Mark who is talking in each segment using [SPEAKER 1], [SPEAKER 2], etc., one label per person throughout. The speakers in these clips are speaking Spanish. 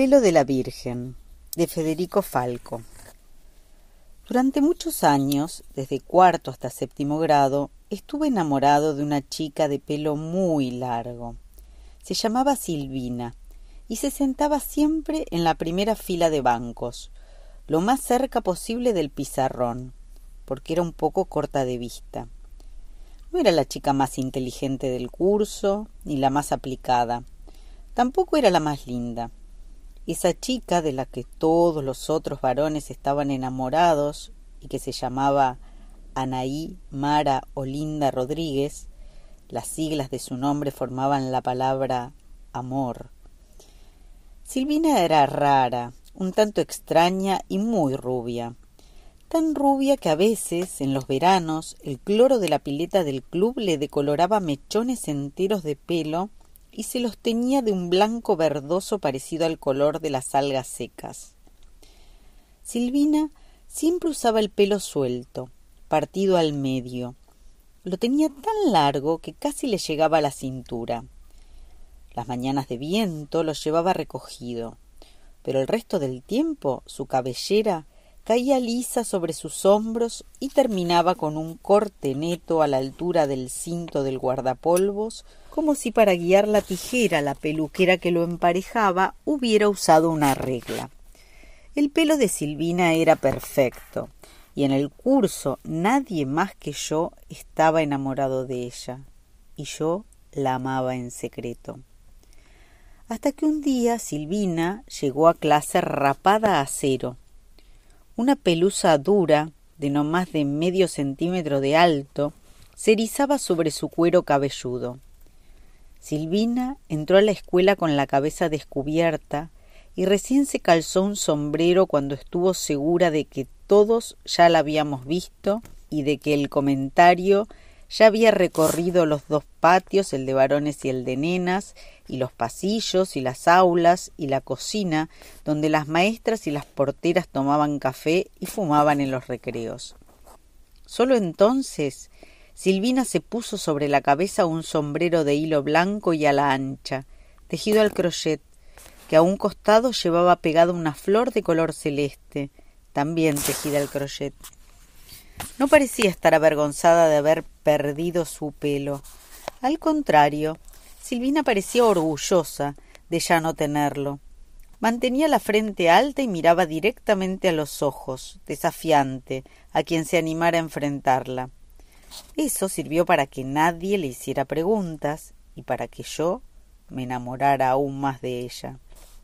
[SPEAKER 1] pelo de la Virgen, de Federico Falco. Durante muchos años, desde cuarto hasta séptimo grado, estuve enamorado de una chica de pelo muy largo. Se llamaba Silvina y se sentaba siempre en la primera fila de bancos, lo más cerca posible del pizarrón, porque era un poco corta de vista. No era la chica más inteligente del curso, ni la más aplicada. Tampoco era la más linda. Esa chica de la que todos los otros varones estaban enamorados y que se llamaba Anaí Mara Olinda Rodríguez, las siglas de su nombre formaban la palabra amor. Silvina era rara, un tanto extraña y muy rubia. Tan rubia que a veces, en los veranos, el cloro de la pileta del club le decoloraba mechones enteros de pelo y se los teñía de un blanco verdoso parecido al color de las algas secas. Silvina siempre usaba el pelo suelto, partido al medio. Lo tenía tan largo que casi le llegaba a la cintura. Las mañanas de viento lo llevaba recogido, pero el resto del tiempo su cabellera caía lisa sobre sus hombros y terminaba con un corte neto a la altura del cinto del guardapolvos, como si para guiar la tijera la peluquera que lo emparejaba hubiera usado una regla. El pelo de Silvina era perfecto, y en el curso nadie más que yo estaba enamorado de ella, y yo la amaba en secreto. Hasta que un día Silvina llegó a clase rapada a cero. Una pelusa dura, de no más de medio centímetro de alto, se erizaba sobre su cuero cabelludo. Silvina entró a la escuela con la cabeza descubierta y recién se calzó un sombrero cuando estuvo segura de que todos ya la habíamos visto y de que el comentario ya había recorrido los dos patios, el de varones y el de nenas, y los pasillos y las aulas y la cocina, donde las maestras y las porteras tomaban café y fumaban en los recreos. Solo entonces Silvina se puso sobre la cabeza un sombrero de hilo blanco y ala ancha, tejido al crochet, que a un costado llevaba pegada una flor de color celeste, también tejida al crochet. No parecía estar avergonzada de haber perdido su pelo. Al contrario, Silvina parecía orgullosa de ya no tenerlo. Mantenía la frente alta y miraba directamente a los ojos, desafiante, a quien se animara a enfrentarla. Eso sirvió para que nadie le hiciera preguntas y para que yo me enamorara aún más de ella.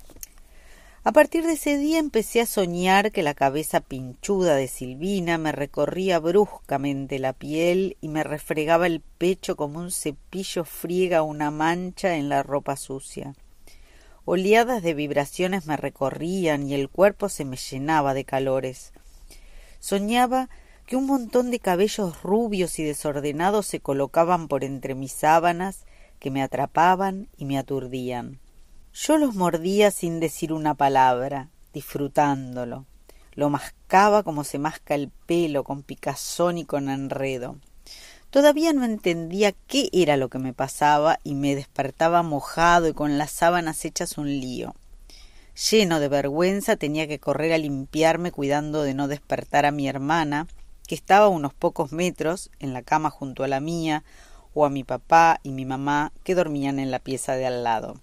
[SPEAKER 1] A partir de ese día empecé a soñar que la cabeza pinchuda de Silvina me recorría bruscamente la piel y me refregaba el pecho como un cepillo friega una mancha en la ropa sucia. Oleadas de vibraciones me recorrían y el cuerpo se me llenaba de calores. Soñaba que un montón de cabellos rubios y desordenados se colocaban por entre mis sábanas, que me atrapaban y me aturdían. Yo los mordía sin decir una palabra, disfrutándolo. Lo mascaba como se masca el pelo, con picazón y con enredo. Todavía no entendía qué era lo que me pasaba y me despertaba mojado y con las sábanas hechas un lío. Lleno de vergüenza tenía que correr a limpiarme cuidando de no despertar a mi hermana, que estaba a unos pocos metros, en la cama junto a la mía, o a mi papá y mi mamá, que dormían en la pieza de al lado.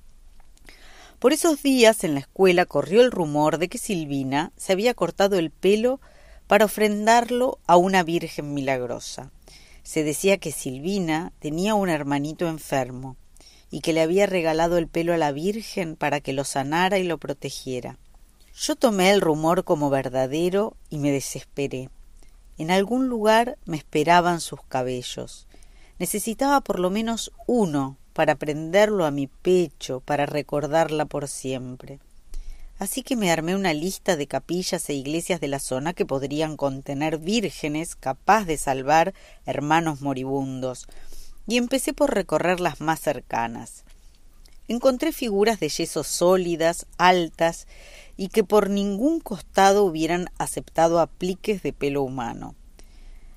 [SPEAKER 1] Por esos días en la escuela corrió el rumor de que Silvina se había cortado el pelo para ofrendarlo a una virgen milagrosa. Se decía que Silvina tenía un hermanito enfermo y que le había regalado el pelo a la Virgen para que lo sanara y lo protegiera. Yo tomé el rumor como verdadero y me desesperé. En algún lugar me esperaban sus cabellos. Necesitaba por lo menos uno para prenderlo a mi pecho, para recordarla por siempre. Así que me armé una lista de capillas e iglesias de la zona que podrían contener vírgenes capaz de salvar hermanos moribundos, y empecé por recorrer las más cercanas. Encontré figuras de yeso sólidas, altas, y que por ningún costado hubieran aceptado apliques de pelo humano.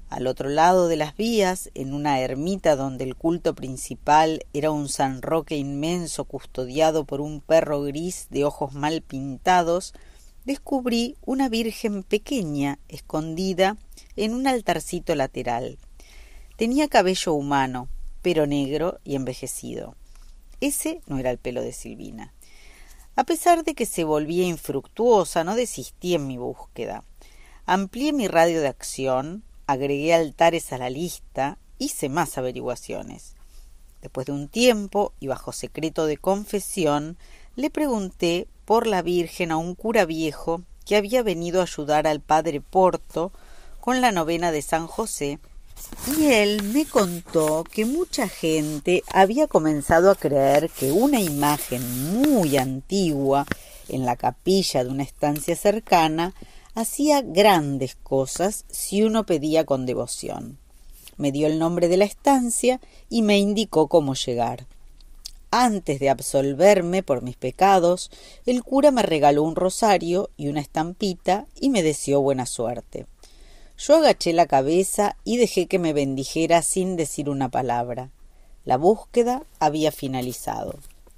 [SPEAKER 1] Al otro lado de las vías, en una ermita donde el culto principal era un San Roque inmenso custodiado por un perro gris de ojos mal pintados, descubrí una virgen pequeña escondida en un altarcito lateral. Tenía cabello humano, pero negro y envejecido. Ese no era el pelo de Silvina. A pesar de que se volvía infructuosa, no desistí en mi búsqueda. Amplié mi radio de acción, agregué altares a la lista, hice más averiguaciones. Después de un tiempo, y bajo secreto de confesión, le pregunté por la Virgen a un cura viejo que había venido a ayudar al padre Porto con la novena de San José, y él me contó que mucha gente había comenzado a creer que una imagen muy antigua en la capilla de una estancia cercana hacía grandes cosas si uno pedía con devoción. Me dio el nombre de la estancia y me indicó cómo llegar. Antes de absolverme por mis pecados, el cura me regaló un rosario y una estampita y me deseó buena suerte. Yo agaché la cabeza y dejé que me bendijera sin decir una palabra. La búsqueda había finalizado.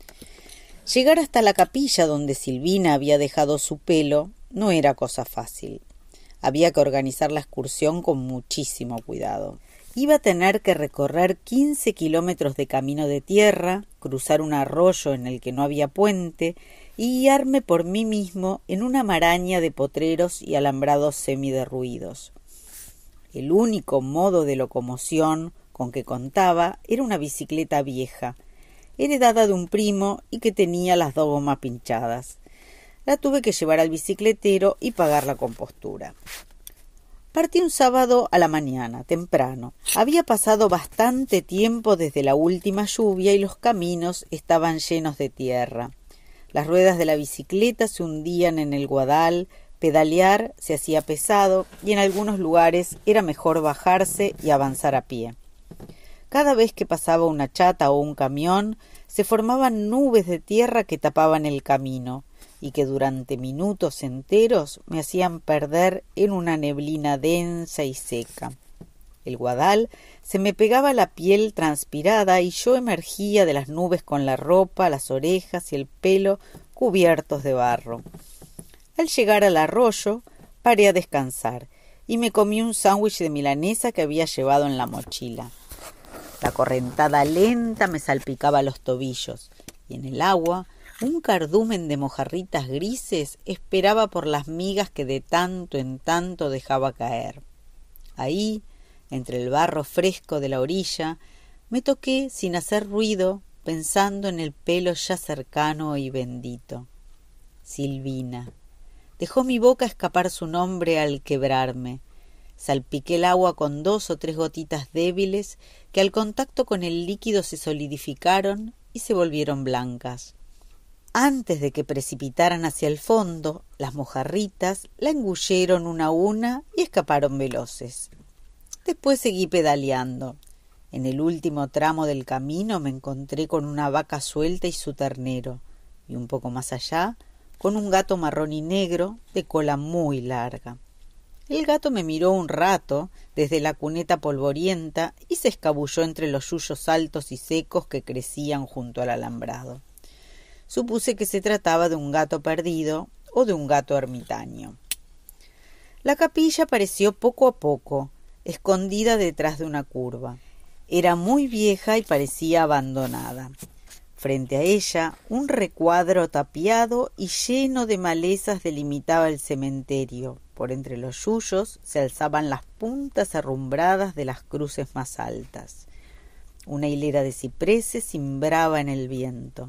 [SPEAKER 1] Llegar hasta la capilla donde Silvina había dejado su pelo no era cosa fácil. Había que organizar la excursión con muchísimo cuidado. Iba a tener que recorrer 15 kilómetros de camino de tierra, cruzar un arroyo en el que no había puente y guiarme por mí mismo en una maraña de potreros y alambrados semiderruidos. El único modo de locomoción con que contaba era una bicicleta vieja, heredada de un primo y que tenía las dos gomas pinchadas. La tuve que llevar al bicicletero y pagar la compostura. Partí un sábado a la mañana, temprano. Había pasado bastante tiempo desde la última lluvia y los caminos estaban llenos de tierra. Las ruedas de la bicicleta se hundían en el guadal, pedalear se hacía pesado y en algunos lugares era mejor bajarse y avanzar a pie. Cada vez que pasaba una chata o un camión, se formaban nubes de tierra que tapaban el camino y que durante minutos enteros me hacían perder en una neblina densa y seca. El guadal se me pegaba a la piel transpirada y yo emergía de las nubes con la ropa, las orejas y el pelo cubiertos de barro. Al llegar al arroyo, paré a descansar y me comí un sándwich de milanesa que había llevado en la mochila. La correntada lenta me salpicaba los tobillos y en el agua un cardumen de mojarritas grises esperaba por las migas que de tanto en tanto dejaba caer. Ahí, entre el barro fresco de la orilla, me toqué sin hacer ruido, pensando en el pelo ya cercano y bendito. Silvina. Dejó mi boca escapar su nombre al quebrarme. Salpiqué el agua con 2 o 3 gotitas débiles que al contacto con el líquido se solidificaron y se volvieron blancas. Antes de que precipitaran hacia el fondo, las mojarritas la engulleron una a una y escaparon veloces. Después seguí pedaleando. En el último tramo del camino me encontré con una vaca suelta y su ternero, y un poco más allá, con un gato marrón y negro de cola muy larga. El gato me miró un rato desde la cuneta polvorienta y se escabulló entre los yuyos altos y secos que crecían junto al alambrado. Supuse que se trataba de un gato perdido o de un gato ermitaño. La capilla apareció poco a poco, escondida detrás de una curva. Era muy vieja y parecía abandonada. Frente a ella, un recuadro tapiado y lleno de malezas delimitaba el cementerio. Por entre los yuyos se alzaban las puntas herrumbradas de las cruces más altas. Una hilera de cipreses cimbraba en el viento.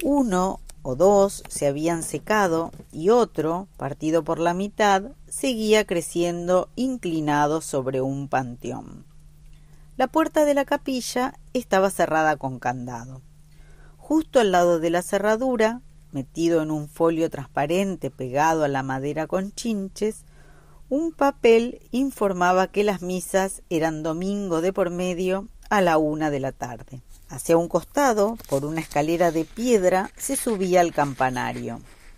[SPEAKER 1] 1 o 2 se habían secado y otro, partido por la mitad, seguía creciendo inclinado sobre un panteón. La puerta de la capilla estaba cerrada con candado. Justo al lado de la cerradura, metido en un folio transparente pegado a la madera con chinches, un papel informaba que las misas eran domingo de por medio a la 1 de la tarde. Hacia un costado, por una escalera de piedra, se subía al campanario.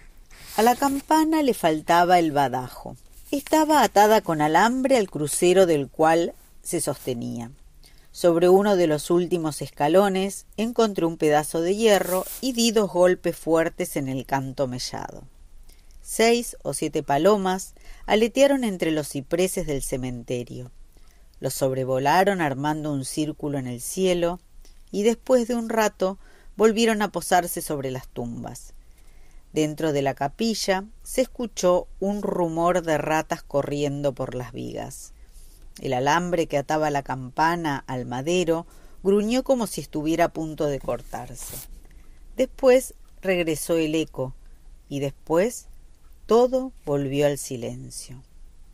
[SPEAKER 1] A la campana le faltaba el badajo. Estaba atada con alambre al crucero del cual se sostenía. Sobre uno de los últimos escalones encontré un pedazo de hierro y di 2 golpes fuertes en el canto mellado. 6 o 7 palomas aletearon entre los cipreses del cementerio. Los sobrevolaron armando un círculo en el cielo y después de un rato volvieron a posarse sobre las tumbas. Dentro de la capilla se escuchó un rumor de ratas corriendo por las vigas. El alambre que ataba la campana al madero gruñó como si estuviera a punto de cortarse. Después regresó el eco y después todo volvió al silencio.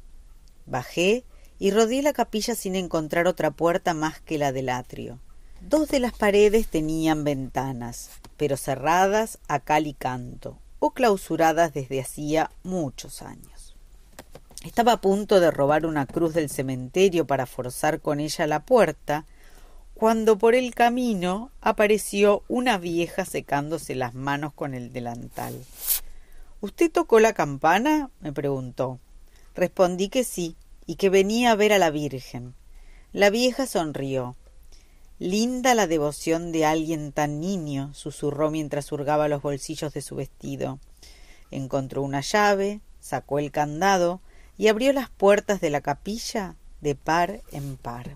[SPEAKER 1] Bajé y rodeé la capilla sin encontrar otra puerta más que la del atrio. 2 de las paredes tenían ventanas, pero cerradas a cal y canto, o clausuradas desde hacía muchos años. Estaba a punto de robar una cruz del cementerio para forzar con ella la puerta, cuando por el camino apareció una vieja secándose las manos con el delantal. —¿Usted tocó la campana? —me preguntó. Respondí que sí, y que venía a ver a la Virgen. La vieja sonrió. —Linda la devoción de alguien tan niño —susurró mientras hurgaba los bolsillos de su vestido. Encontró una llave, sacó el candado y abrió las puertas de la capilla de par en par.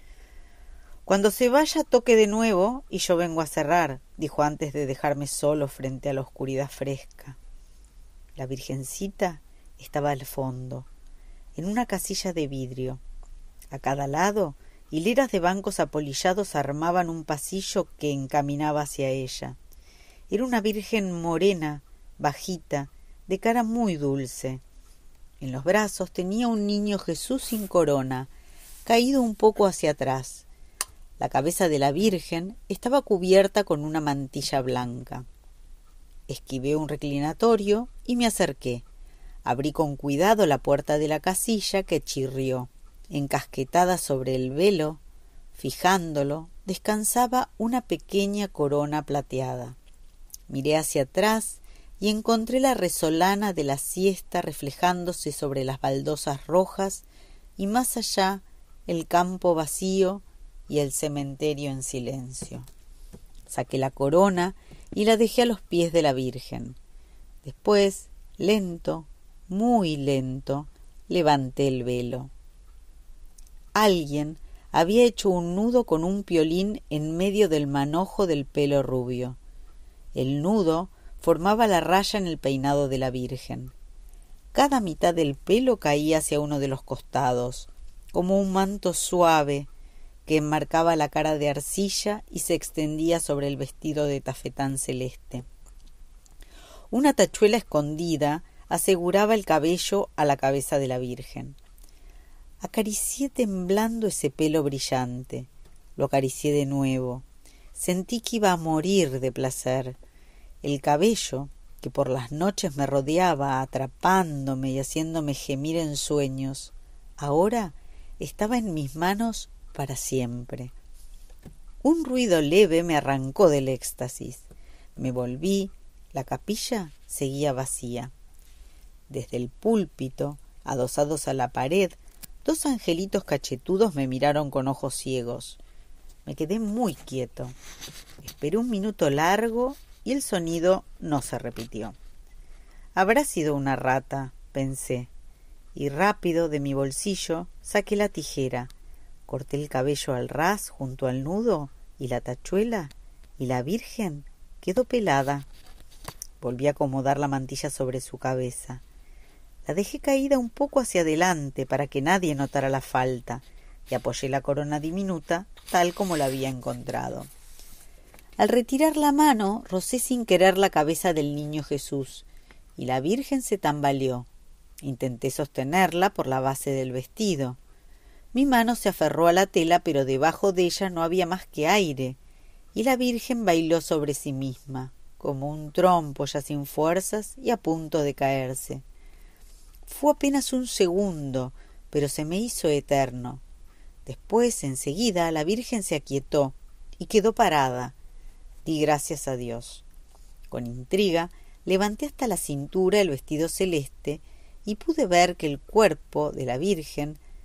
[SPEAKER 1] —Cuando se vaya toque de nuevo y yo vengo a cerrar —dijo antes de dejarme solo frente a la oscuridad fresca. La Virgencita estaba al fondo, en una casilla de vidrio. A cada lado, hileras de bancos apolillados armaban un pasillo que encaminaba hacia ella. Era una Virgen morena, bajita, de cara muy dulce. En los brazos tenía un niño Jesús sin corona, caído un poco hacia atrás. La cabeza de la Virgen estaba cubierta con una mantilla blanca. Esquivé un reclinatorio y me acerqué. Abrí con cuidado la puerta de la casilla que chirrió. Encasquetada sobre el velo, fijándolo, descansaba una pequeña corona plateada. Miré hacia atrás y encontré la resolana de la siesta reflejándose sobre las baldosas rojas y más allá el campo vacío y el cementerio en silencio. Saqué la corona y la dejé a los pies de la Virgen. Después, lento, muy lento, levanté el velo. Alguien había hecho un nudo con un piolín en medio del manojo del pelo rubio. El nudo formaba la raya en el peinado de la Virgen. Cada mitad del pelo caía hacia uno de los costados, como un manto suave que enmarcaba la cara de arcilla y se extendía sobre el vestido de tafetán celeste. Una tachuela escondida aseguraba el cabello a la cabeza de la Virgen. Acaricié temblando ese pelo brillante. Lo acaricié de nuevo. Sentí que iba a morir de placer. El cabello, que por las noches me rodeaba, atrapándome y haciéndome gemir en sueños, ahora estaba en mis manos para siempre. Un ruido leve me arrancó del éxtasis. Me volví. La capilla seguía vacía. Desde el púlpito, adosados a la pared, 2 angelitos cachetudos me miraron con ojos ciegos. Me quedé muy quieto. Esperé un minuto largo y el sonido no se repitió. Habrá sido una rata, pensé, y rápido de mi bolsillo saqué la tijera, corté el cabello al ras junto al nudo y la tachuela, y la Virgen quedó pelada. Volví a acomodar la mantilla sobre su cabeza. La dejé caída un poco hacia adelante para que nadie notara la falta y apoyé la corona diminuta tal como la había encontrado. Al retirar la mano rocé sin querer la cabeza del niño Jesús y la Virgen se tambaleó. Intenté sostenerla por la base del vestido. Mi mano se aferró a la tela, pero debajo de ella no había más que aire, y la Virgen bailó sobre sí misma, como un trompo ya sin fuerzas y a punto de caerse. Fue apenas un segundo, pero se me hizo eterno. Después, enseguida, la Virgen se aquietó y quedó parada. Di gracias a Dios. Con intriga, levanté hasta la cintura el vestido celeste y pude ver que el cuerpo de la Virgen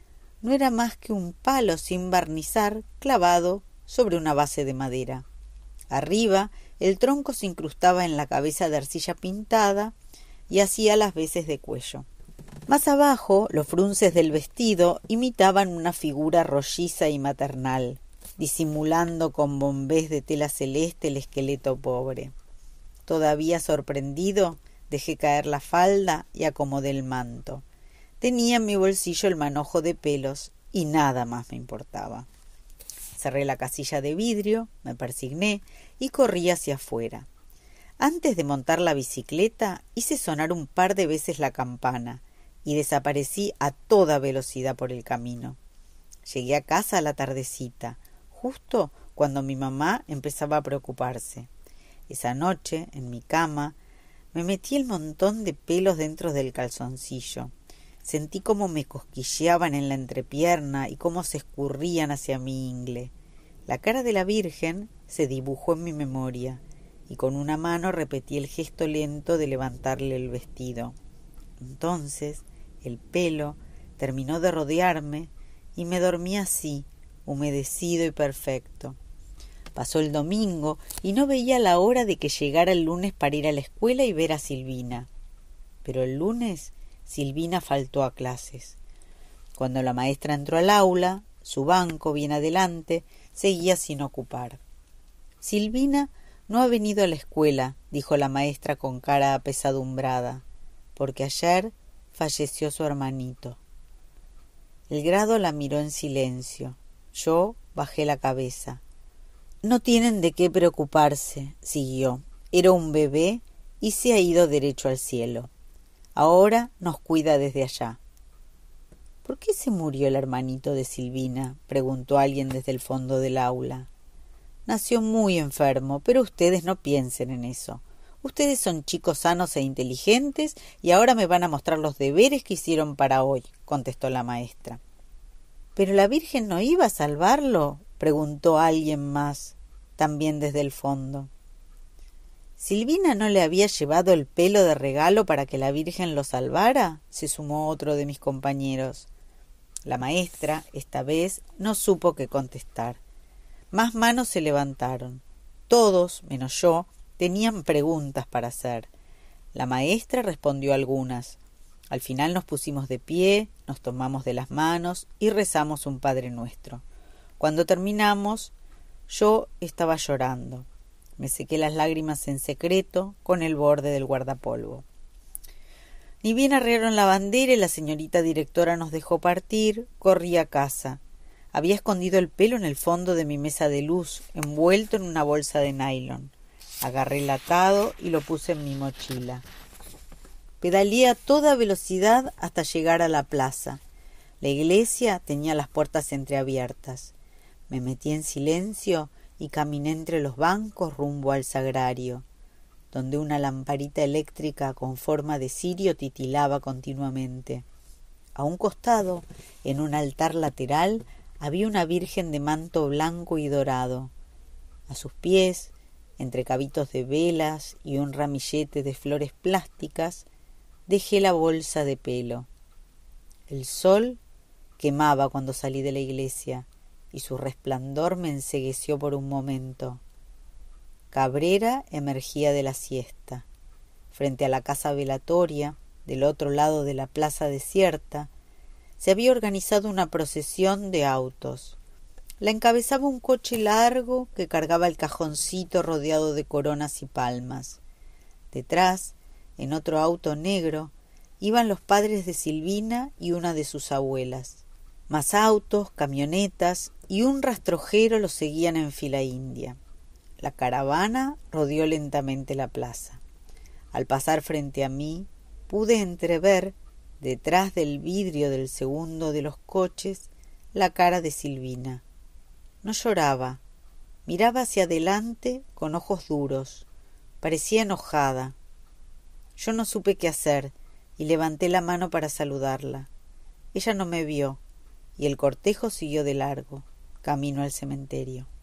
[SPEAKER 1] no era más que un palo sin barnizar clavado sobre una base de madera. Arriba, el tronco se incrustaba en la cabeza de arcilla pintada y hacía las veces de cuello. Más abajo, los frunces del vestido imitaban una figura rolliza y maternal, disimulando con bombés de tela celeste el esqueleto pobre. Todavía sorprendido, dejé caer la falda y acomodé el manto. Tenía en mi bolsillo el manojo de pelos y nada más me importaba. Cerré la casilla de vidrio, me persigné y corrí hacia afuera. Antes de montar la bicicleta, hice sonar un par de veces la campana y desaparecí a toda velocidad por el camino. Llegué a casa a la tardecita, justo cuando mi mamá empezaba a preocuparse. Esa noche, en mi cama, me metí el montón de pelos dentro del calzoncillo. Sentí cómo me cosquilleaban en la entrepierna y cómo se escurrían hacia mi ingle. La cara de la Virgen se dibujó en mi memoria y con una mano repetí el gesto lento de levantarle el vestido. Entonces el pelo terminó de rodearme y me dormí así, humedecido y perfecto. Pasó el domingo y no veía la hora de que llegara el lunes para ir a la escuela y ver a Silvina. Pero el lunes Silvina faltó a clases. Cuando la maestra entró al aula, su banco, bien adelante, seguía sin ocupar. Silvina no ha venido a la escuela, dijo la maestra con cara apesadumbrada, porque ayer falleció su hermanito. El grado la miró en silencio. Yo bajé la cabeza. No tienen de qué preocuparse, siguió. Era un bebé y se ha ido derecho al cielo. Ahora nos cuida desde allá. ¿Por qué se murió el hermanito de Silvina?, preguntó alguien desde el fondo del aula. Nació muy enfermo, pero ustedes no piensen en eso. Ustedes son chicos sanos e inteligentes y ahora me van a mostrar los deberes que hicieron para hoy, contestó la maestra. ¿Pero la Virgen no iba a salvarlo?, preguntó alguien más, también desde el fondo. ¿Silvina no le había llevado el pelo de regalo para que la Virgen lo salvara?, se sumó otro de mis compañeros. La maestra, esta vez, no supo qué contestar. Más manos se levantaron. Todos, menos yo, tenían preguntas para hacer. La maestra respondió algunas. Al final nos pusimos de pie, nos tomamos de las manos y rezamos un Padre Nuestro. Cuando terminamos, yo estaba llorando. Me sequé las lágrimas en secreto con el borde del guardapolvo. Ni bien arriaron la bandera y la señorita directora nos dejó partir, corrí a casa. Había escondido el pelo en el fondo de mi mesa de luz, envuelto en una bolsa de nylon. Agarré el atado y lo puse en mi mochila. Pedaleé a toda velocidad hasta llegar a la plaza. La iglesia tenía las puertas entreabiertas. Me metí en silencio y caminé entre los bancos rumbo al sagrario, donde una lamparita eléctrica con forma de cirio titilaba continuamente. A un costado, en un altar lateral, había una virgen de manto blanco y dorado. A sus pies, entre cabitos de velas y un ramillete de flores plásticas, dejé la bolsa de pelo. El sol quemaba cuando salí de la iglesia y su resplandor me encegueció por un momento. Cabrera emergía de la siesta. Frente a la casa velatoria, del otro lado de la plaza desierta, se había organizado una procesión de autos. La encabezaba un coche largo que cargaba el cajoncito rodeado de coronas y palmas. Detrás, en otro auto negro, iban los padres de Silvina y una de sus abuelas. Más autos, camionetas y un rastrojero los seguían en fila india. La caravana rodeó lentamente la plaza. Al pasar frente a mí, pude entrever, detrás del vidrio del segundo de los coches, la cara de Silvina. No lloraba, miraba hacia adelante con ojos duros, parecía enojada. Yo no supe qué hacer y levanté la mano para saludarla. Ella no me vio y el cortejo siguió de largo, camino al cementerio.